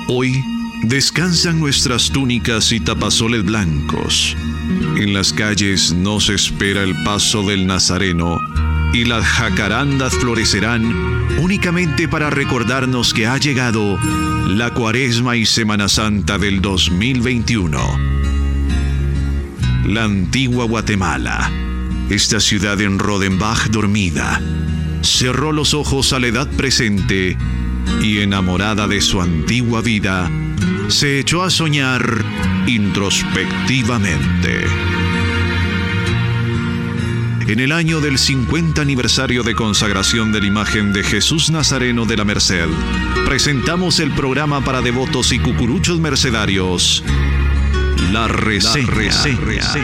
Hoy descansan nuestras túnicas y tapazoles blancos. En las calles nos espera el paso del Nazareno y las jacarandas florecerán únicamente para recordarnos que ha llegado la Cuaresma y Semana Santa del 2021. La antigua Guatemala, esta ciudad en Rodenbach dormida, cerró los ojos a la edad presente y, enamorada de su antigua vida, se echó a soñar introspectivamente. En el año del 50 aniversario de consagración de la imagen de Jesús Nazareno de la Merced, presentamos el programa para devotos y cucuruchos mercedarios, La Reseña.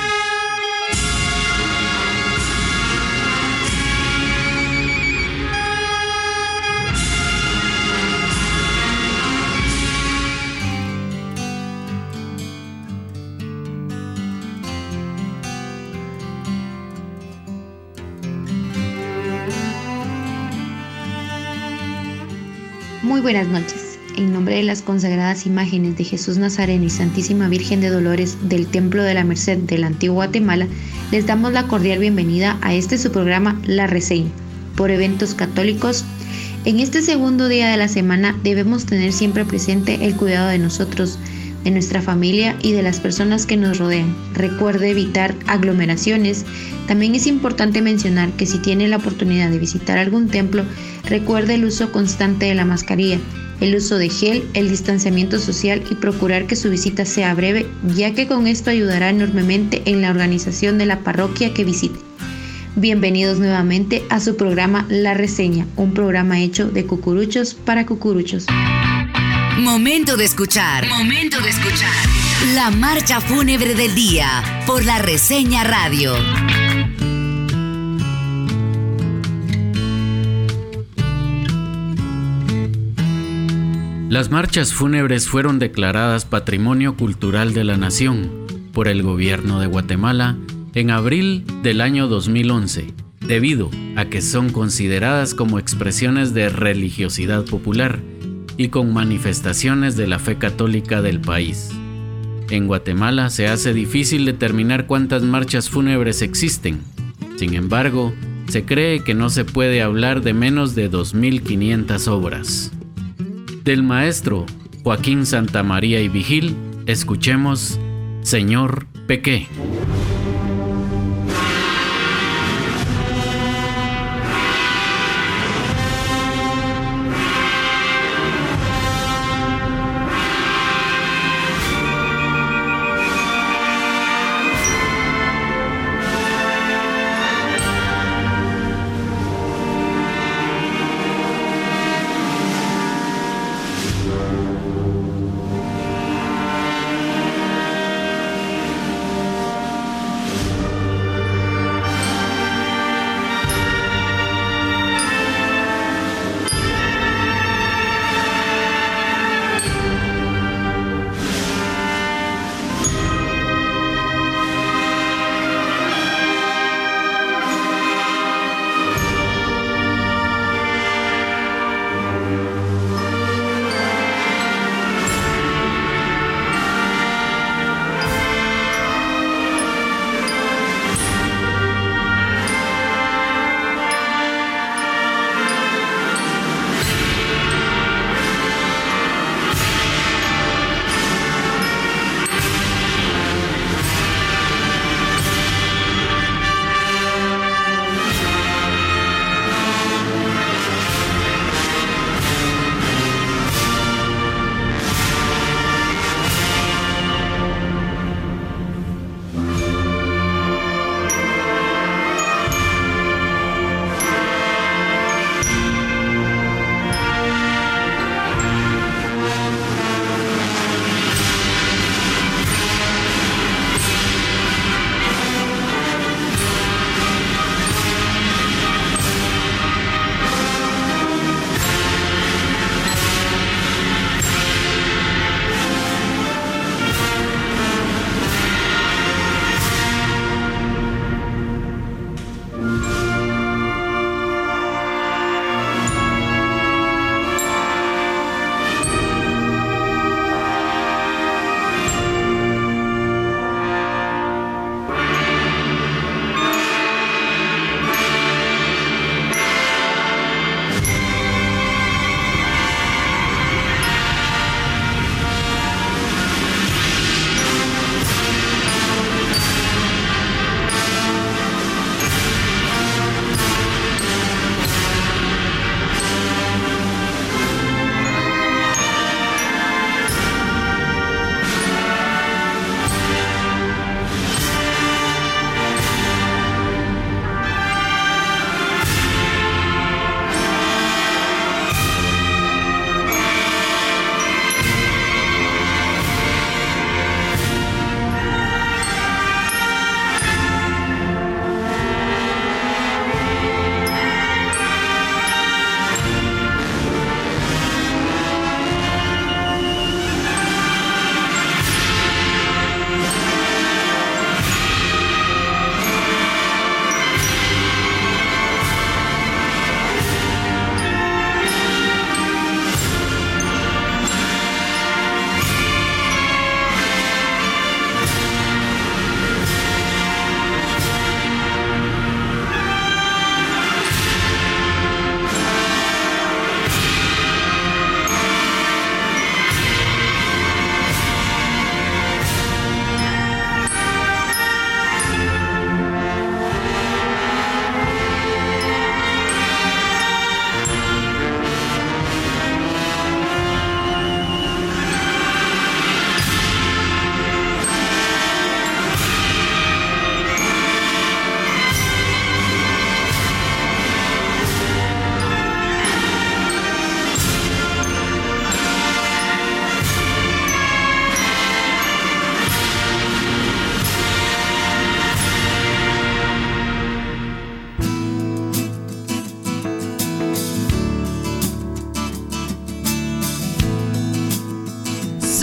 Muy buenas noches. En nombre de las consagradas imágenes de Jesús Nazareno y Santísima Virgen de Dolores del Templo de la Merced de la antigua Guatemala, les damos la cordial bienvenida a su programa La Reseña, por Eventos Católicos. En este segundo día de la semana debemos tener siempre presente el cuidado de nosotros, de nuestra familia y de las personas que nos rodean. Recuerde evitar aglomeraciones. También es importante mencionar que si tiene la oportunidad de visitar algún templo, recuerde el uso constante de la mascarilla, el uso de gel, el distanciamiento social y procurar que su visita sea breve, ya que con esto ayudará enormemente en la organización de la parroquia que visite. Bienvenidos nuevamente a su programa La Reseña, un programa hecho de cucuruchos para cucuruchos. Momento de escuchar. La marcha fúnebre del día por La Reseña Radio. Las marchas fúnebres fueron declaradas Patrimonio Cultural de la Nación por el Gobierno de Guatemala en abril del año 2011, debido a que son consideradas como expresiones de religiosidad popular y con manifestaciones de la fe católica del país. En Guatemala se hace difícil determinar cuántas marchas fúnebres existen. Sin embargo, se cree que no se puede hablar de menos de 2.500 obras. Del maestro Joaquín Santamaría y Vigil, escuchemos Señor, pequé.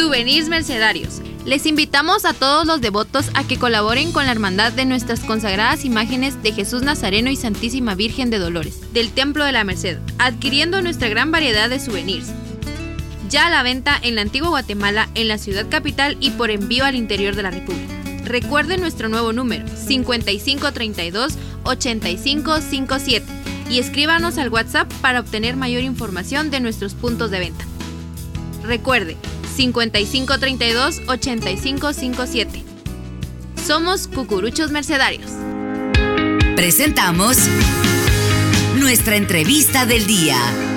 Souvenirs mercedarios. Les invitamos a todos los devotos a que colaboren con la hermandad de nuestras consagradas imágenes de Jesús Nazareno y Santísima Virgen de Dolores, del Templo de la Merced, adquiriendo nuestra gran variedad de souvenirs. Ya a la venta en la Antigua Guatemala, en la ciudad capital y por envío al interior de la República. Recuerden nuestro nuevo número, 5532-8557, y escríbanos al WhatsApp para obtener mayor información de nuestros puntos de venta. Recuerde, 5532-8557. Somos Cucuruchos Mercedarios. Presentamos nuestra entrevista del día.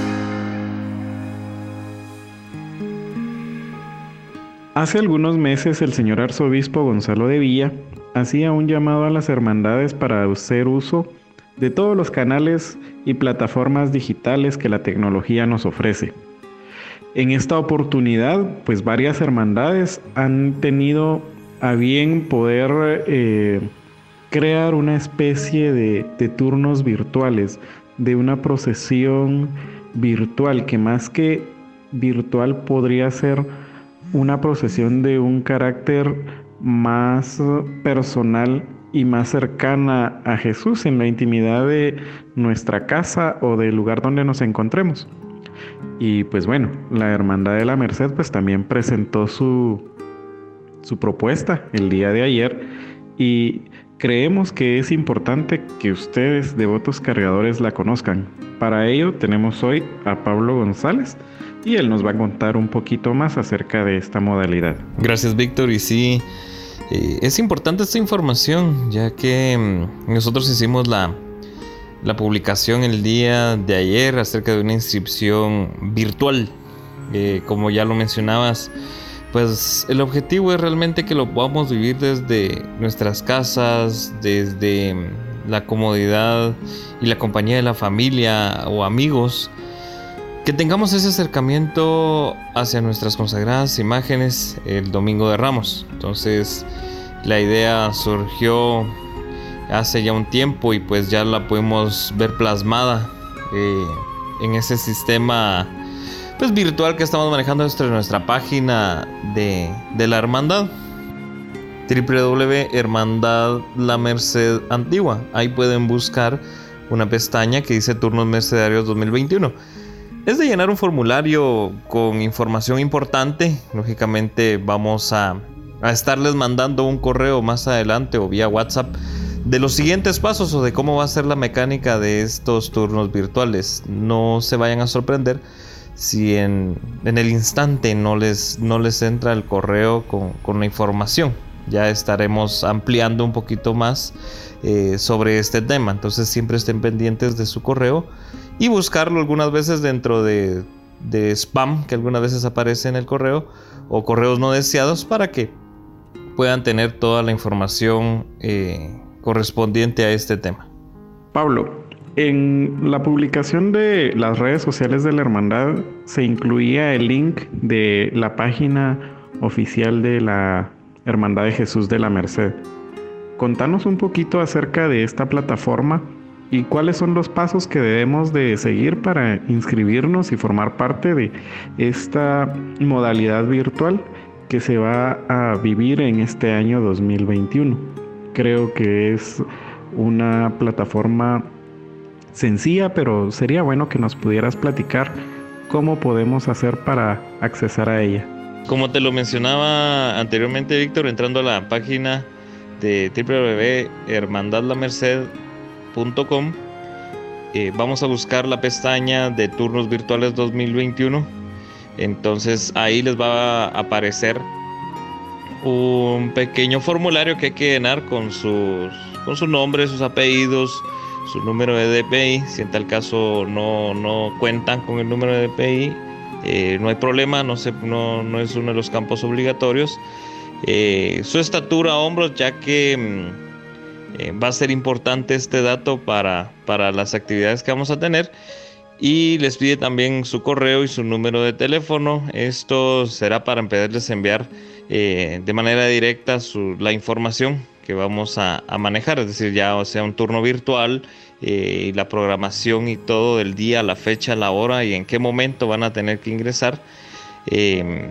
Hace algunos meses el señor arzobispo Gonzalo de Villa hacía un llamado a las hermandades para hacer uso de todos los canales y plataformas digitales que la tecnología nos ofrece. En esta oportunidad, pues varias hermandades han tenido a bien poder crear una especie de turnos virtuales, de una procesión virtual, que más que virtual podría ser una procesión de un carácter más personal y más cercana a Jesús en la intimidad de nuestra casa o del lugar donde nos encontremos. Y pues bueno, la Hermandad de la Merced pues también presentó su propuesta el día de ayer, y creemos que es importante que ustedes, devotos cargadores, la conozcan. Para ello tenemos hoy a Pablo González, y él nos va a contar un poquito más acerca de esta modalidad. Gracias, Víctor. Y sí, es importante esta información, ya que nosotros hicimos la publicación el día de ayer acerca de una inscripción virtual. Como ya lo mencionabas, pues el objetivo es realmente que lo podamos vivir desde nuestras casas, desde la comodidad y la compañía de la familia o amigos, que tengamos ese acercamiento hacia nuestras consagradas imágenes el Domingo de Ramos. Entonces la idea surgió hace ya un tiempo y pues ya la podemos ver plasmada en ese sistema pues virtual que estamos manejando desde nuestra página de la hermandad, www.hermandad La Merced Antigua. Ahí pueden buscar una pestaña que dice Turnos Mercedarios 2021. Es de llenar un formulario con información importante. Lógicamente vamos a estarles mandando un correo más adelante o vía WhatsApp de los siguientes pasos o de cómo va a ser la mecánica de estos turnos virtuales. No se vayan a sorprender si en el instante no les entra el correo con la información. Ya estaremos ampliando un poquito más sobre este tema. Entonces siempre estén pendientes de su correo y buscarlo algunas veces dentro de spam, que algunas veces aparece en el correo, o correos no deseados, para que puedan tener toda la información correspondiente a este tema. Pablo, en la publicación de las redes sociales de la hermandad se incluía el link de la página oficial de la Hermandad de Jesús de la Merced. Contanos un poquito acerca de esta plataforma y cuáles son los pasos que debemos de seguir para inscribirnos y formar parte de esta modalidad virtual que se va a vivir en este año 2021. Creo que es una plataforma sencilla, pero sería bueno que nos pudieras platicar cómo podemos hacer para accesar a ella. Como te lo mencionaba anteriormente, Víctor, entrando a la página de www.hermandadlamerced.com, vamos a buscar la pestaña de Turnos Virtuales 2021. Entonces ahí les va a aparecer un pequeño formulario que hay que llenar con su nombre, sus apellidos, su número de DPI. Si en tal caso no cuentan con el número de DPI, no hay problema, no es uno de los campos obligatorios. Su estatura, hombros, ya que va a ser importante este dato para las actividades que vamos a tener. Y les pide también su correo y su número de teléfono. Esto será para poderles enviar de manera directa la información que vamos a manejar, es decir, ya sea un turno virtual, la programación y todo del día, la fecha, la hora y en qué momento van a tener que ingresar.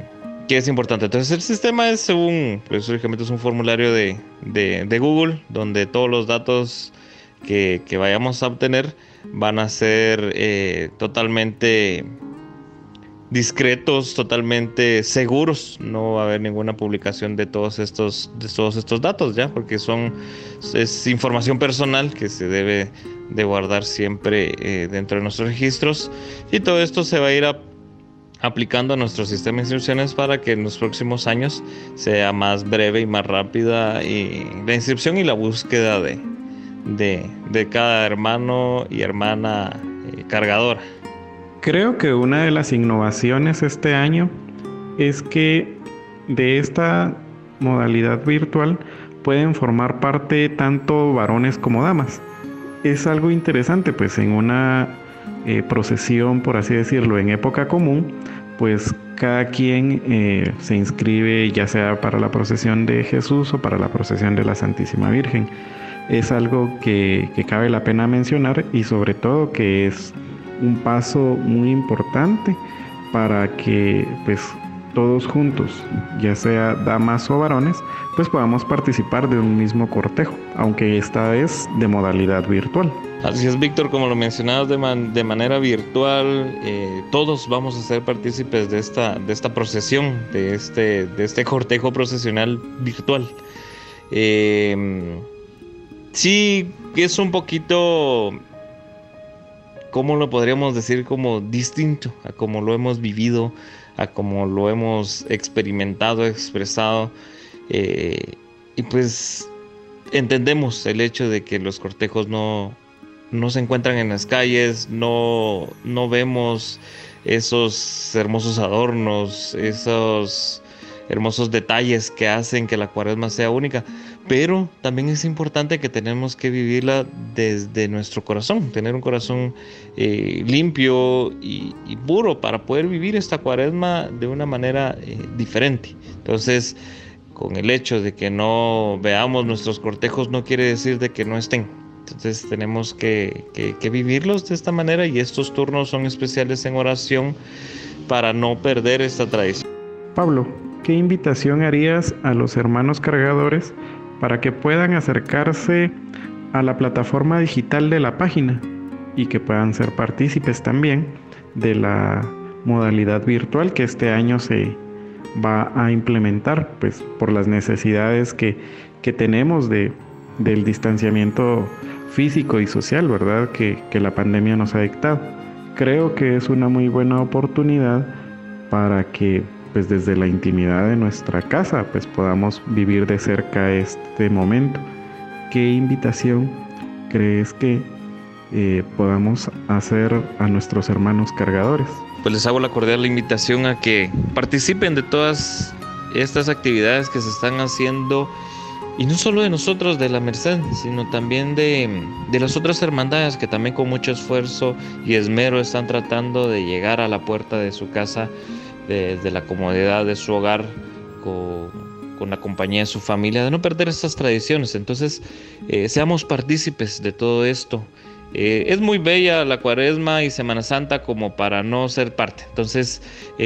¿Qué es importante? Entonces el sistema es según, pues lógicamente es un formulario de Google, donde todos los datos que vayamos a obtener van a ser totalmente discretos, totalmente seguros. No va a haber ninguna publicación de todos estos datos, ya, porque es información personal que se debe de guardar siempre dentro de nuestros registros, y todo esto se va a ir aplicando a nuestro sistema de inscripciones para que en los próximos años sea más breve y más rápida y la inscripción y la búsqueda de cada hermano y hermana cargadora. Creo que una de las innovaciones este año es que de esta modalidad virtual pueden formar parte tanto varones como damas. Es algo interesante, pues en una procesión, por así decirlo, en época común, pues cada quien se inscribe, ya sea para la procesión de Jesús o para la procesión de la Santísima Virgen. Es algo que cabe la pena mencionar, y sobre todo que es un paso muy importante para que pues todos juntos, ya sea damas o varones, pues podamos participar de un mismo cortejo, aunque esta vez de modalidad virtual. Así es, Víctor, como lo mencionabas, de manera virtual, todos vamos a ser partícipes de esta procesión, de este cortejo procesional virtual. Sí, es un poquito, ¿cómo lo podríamos decir? Como distinto a como lo hemos vivido, a como lo hemos experimentado, expresado, y pues entendemos el hecho de que los cortejos no se encuentran en las calles, no vemos esos hermosos adornos, esos hermosos detalles que hacen que la Cuaresma sea única, pero también es importante que tenemos que vivirla desde nuestro corazón, tener un corazón limpio y puro para poder vivir esta Cuaresma de una manera diferente. Entonces, con el hecho de que no veamos nuestros cortejos no quiere decir de que no estén. Entonces tenemos que vivirlos de esta manera, y estos turnos son especiales en oración para no perder esta tradición. Pablo, ¿qué invitación harías a los hermanos cargadores para que puedan acercarse a la plataforma digital de la página y que puedan ser partícipes también de la modalidad virtual que este año se va a implementar, pues por las necesidades que tenemos del distanciamiento físico y social, ¿verdad? Que la pandemia nos ha dictado. Creo que es una muy buena oportunidad para que pues desde la intimidad de nuestra casa pues podamos vivir de cerca este momento. ¿Qué invitación crees que podamos hacer a nuestros hermanos cargadores? Pues les hago la cordial invitación a que participen de todas estas actividades que se están haciendo, y no solo de nosotros de la Merced, sino también de las otras hermandades que también con mucho esfuerzo y esmero están tratando de llegar a la puerta de su casa, desde la comodidad de su hogar, con la compañía de su familia, de no perder estas tradiciones. Entonces, seamos partícipes de todo esto. Es muy bella la Cuaresma y Semana Santa como para no ser parte. Entonces,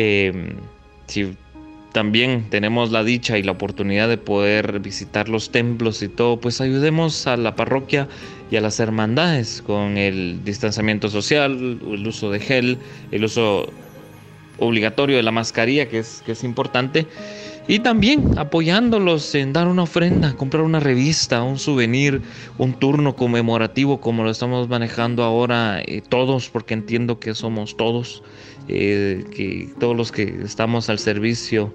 si también tenemos la dicha y la oportunidad de poder visitar los templos y todo, pues ayudemos a la parroquia y a las hermandades con el distanciamiento social, el uso de gel, el uso obligatorio de la mascarilla, que es importante, y también apoyándolos en dar una ofrenda, comprar una revista, un souvenir, un turno conmemorativo como lo estamos manejando ahora todos, porque entiendo que somos todos, que todos los que estamos al servicio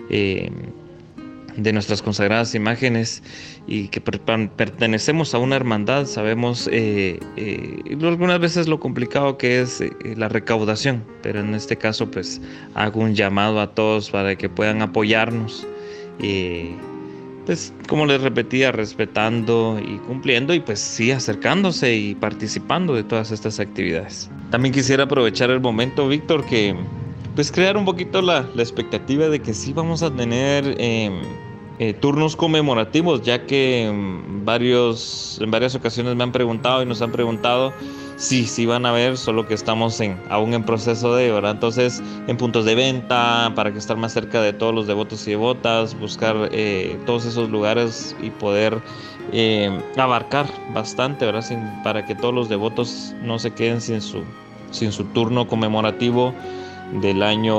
de nuestras consagradas imágenes y que pertenecemos a una hermandad, sabemos algunas veces lo complicado que es la recaudación, pero en este caso pues hago un llamado a todos para que puedan apoyarnos, pues como les repetía, respetando y cumpliendo, y pues sí, acercándose y participando de todas estas actividades. También quisiera aprovechar el momento, Víctor, que pues crear un poquito la expectativa de que sí vamos a tener turnos conmemorativos, ya que en varias ocasiones me han preguntado y nos han preguntado sí van a ver, solo que estamos aún en proceso de, ¿verdad? Entonces, en puntos de venta, para que estar más cerca de todos los devotos y devotas, buscar todos esos lugares y poder abarcar bastante, ¿verdad? Para que todos los devotos no se queden sin su turno conmemorativo del año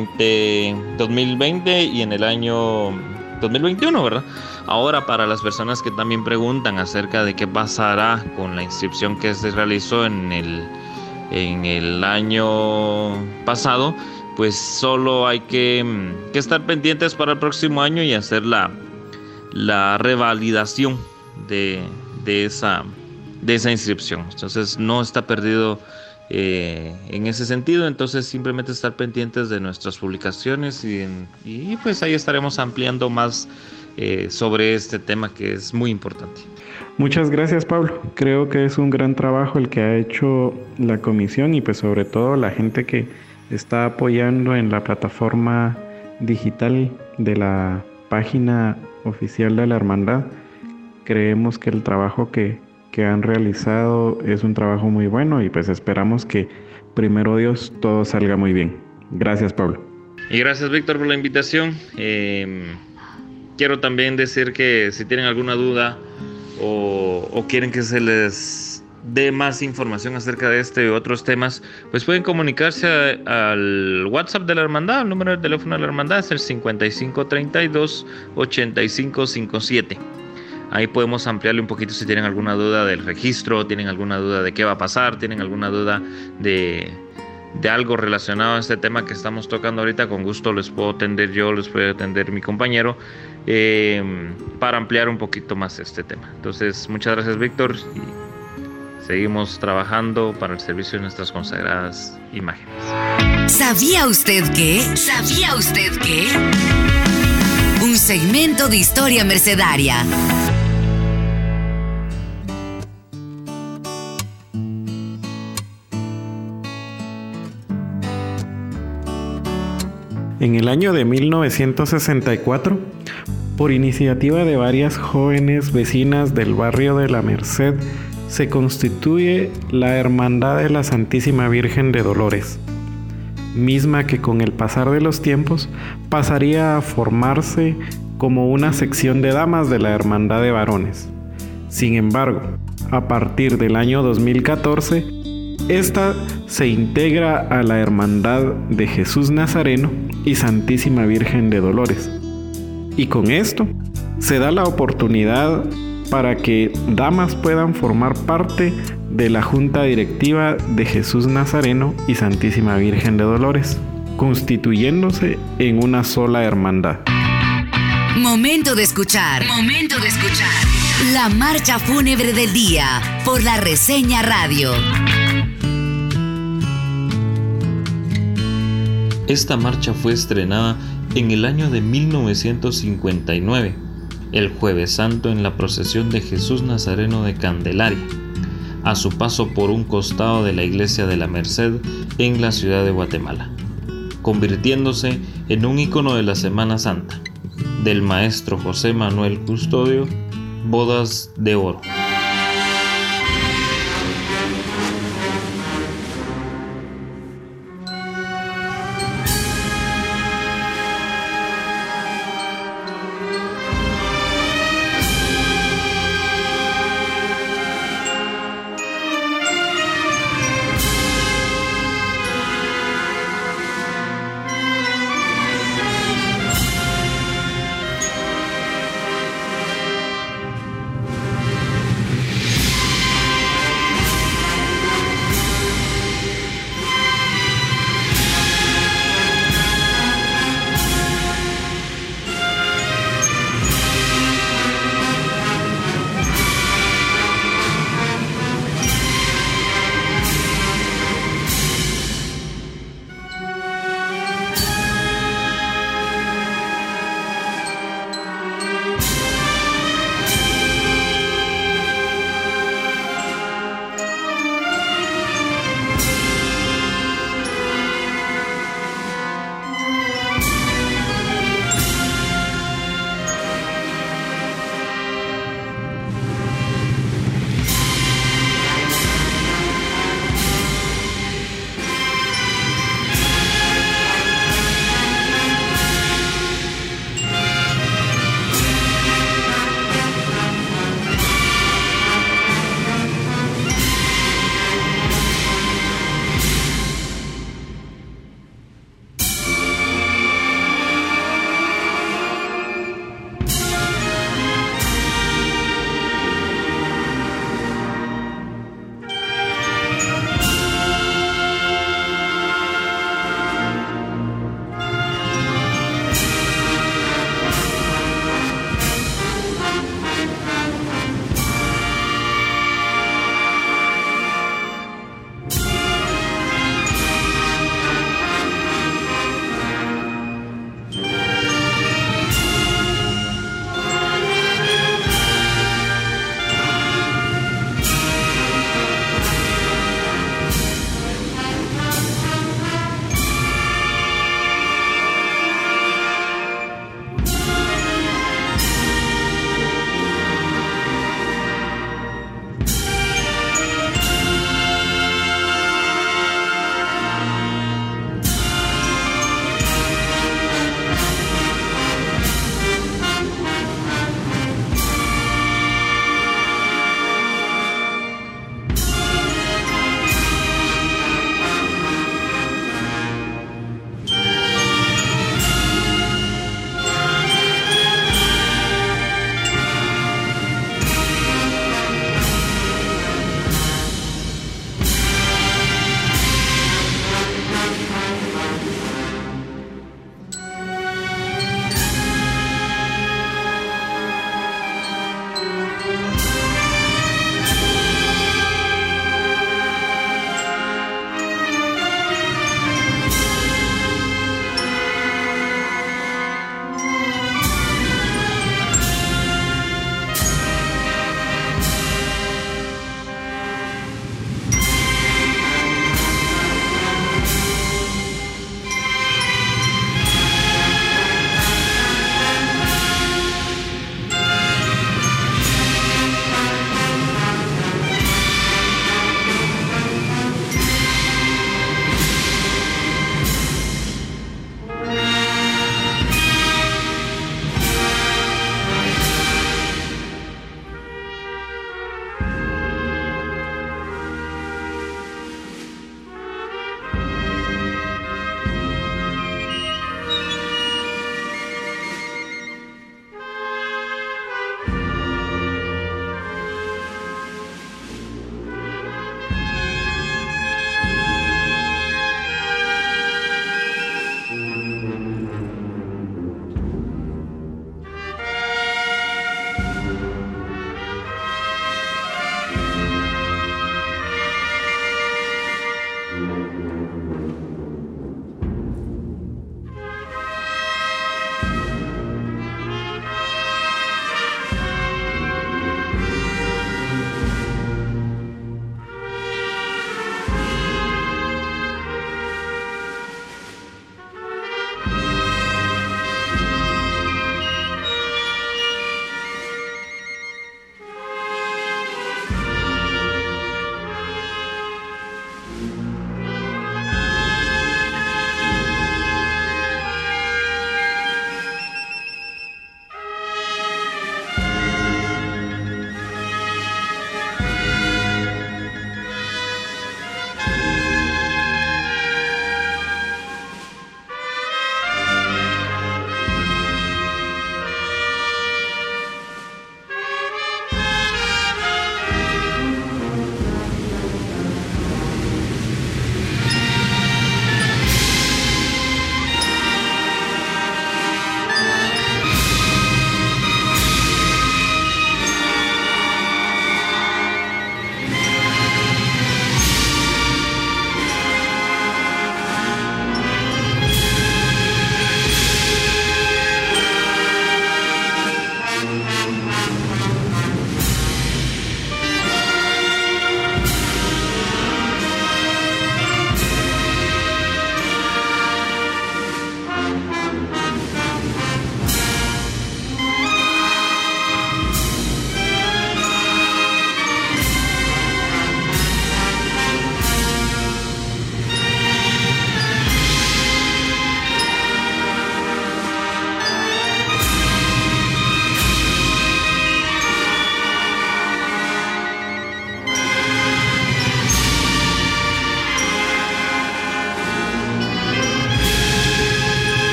2020 y en el año 2021, ¿verdad? Ahora, para las personas que también preguntan acerca de qué pasará con la inscripción que se realizó en el año pasado, pues solo hay que estar pendientes para el próximo año y hacer la revalidación de esa inscripción. Entonces no está perdido en ese sentido, entonces simplemente estar pendientes de nuestras publicaciones y pues ahí estaremos ampliando más sobre este tema que es muy importante. Muchas gracias, Pablo. Creo que es un gran trabajo el que ha hecho la comisión y pues sobre todo la gente que está apoyando en la plataforma digital de la página oficial de la hermandad. Creemos que el trabajo que han realizado es un trabajo muy bueno y pues esperamos que primero Dios todo salga muy bien. Gracias, Pablo. Y gracias, Víctor, por la invitación. Quiero también decir que si tienen alguna duda o quieren que se les dé más información acerca de este y otros temas, pues pueden comunicarse al WhatsApp de la hermandad. El número de teléfono de la hermandad es el 5532-8557. Ahí podemos ampliarle un poquito si tienen alguna duda del registro, tienen alguna duda de qué va a pasar, tienen alguna duda de algo relacionado a este tema que estamos tocando ahorita. Con gusto les puedo atender yo, les puede atender mi compañero para ampliar un poquito más este tema. Entonces, muchas gracias, Víctor, y seguimos trabajando para el servicio de nuestras consagradas imágenes. ¿Sabía usted qué? ¿Sabía usted qué? Un segmento de historia mercedaria. En el año de 1964, por iniciativa de varias jóvenes vecinas del barrio de La Merced, se constituye la Hermandad de la Santísima Virgen de Dolores, misma que con el pasar de los tiempos pasaría a formarse como una sección de damas de la Hermandad de Varones. Sin embargo, a partir del año 2014, esta se integra a la Hermandad de Jesús Nazareno y Santísima Virgen de Dolores. Y con esto se da la oportunidad para que damas puedan formar parte de la Junta Directiva de Jesús Nazareno y Santísima Virgen de Dolores, constituyéndose en una sola hermandad. Momento de escuchar. Momento de escuchar. La marcha fúnebre del día por la Reseña Radio. Esta marcha fue estrenada en el año de 1959, el Jueves Santo en la procesión de Jesús Nazareno de Candelaria, a su paso por un costado de la iglesia de la Merced en la ciudad de Guatemala, convirtiéndose en un ícono de la Semana Santa, del maestro José Manuel Custodio, Bodas de Oro.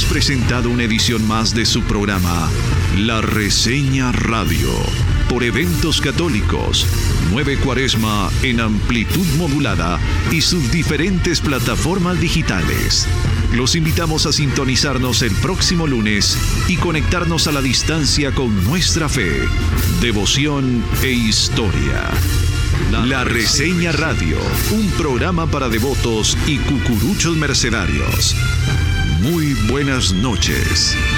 hemos presentado una edición más de su programa, La Reseña Radio, por Eventos Católicos, 9 Cuaresma en amplitud modulada y sus diferentes plataformas digitales. Los invitamos a sintonizarnos el próximo lunes y conectarnos a la distancia con nuestra fe, devoción e historia. La Reseña Radio, un programa para devotos y cucuruchos mercedarios. Muy buenas noches.